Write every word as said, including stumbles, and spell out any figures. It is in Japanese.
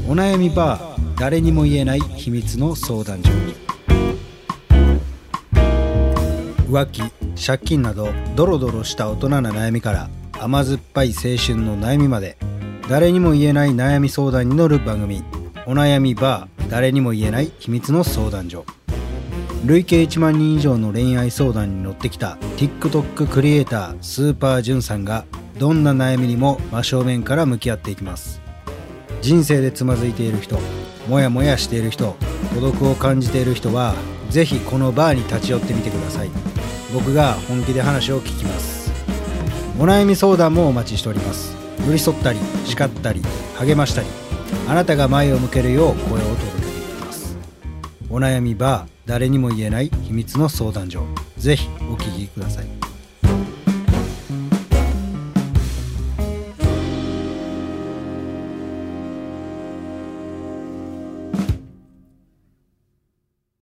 お悩みバー、誰にも言えない秘密の相談所。浮気、借金などドロドロした大人な悩みから甘酸っぱい青春の悩みまで、誰にも言えない悩み相談に乗る番組、お悩みバー、誰にも言えない秘密の相談所。累計いちまんにん以上の恋愛相談に乗ってきた TikTok クリエイタースーパージュンさんが、どんな悩みにも真正面から向き合っていきます。人生でつまずいている人、もやもやしている人、孤独を感じている人はぜひこのバーに立ち寄ってみてください。僕が本気で話を聞きます。お悩み相談もお待ちしております。寄り添ったり叱ったり励ましたり、あなたが前を向けるよう声を届けていきます。お悩みバー、誰にも言えない秘密の相談所。ぜひお聞きください。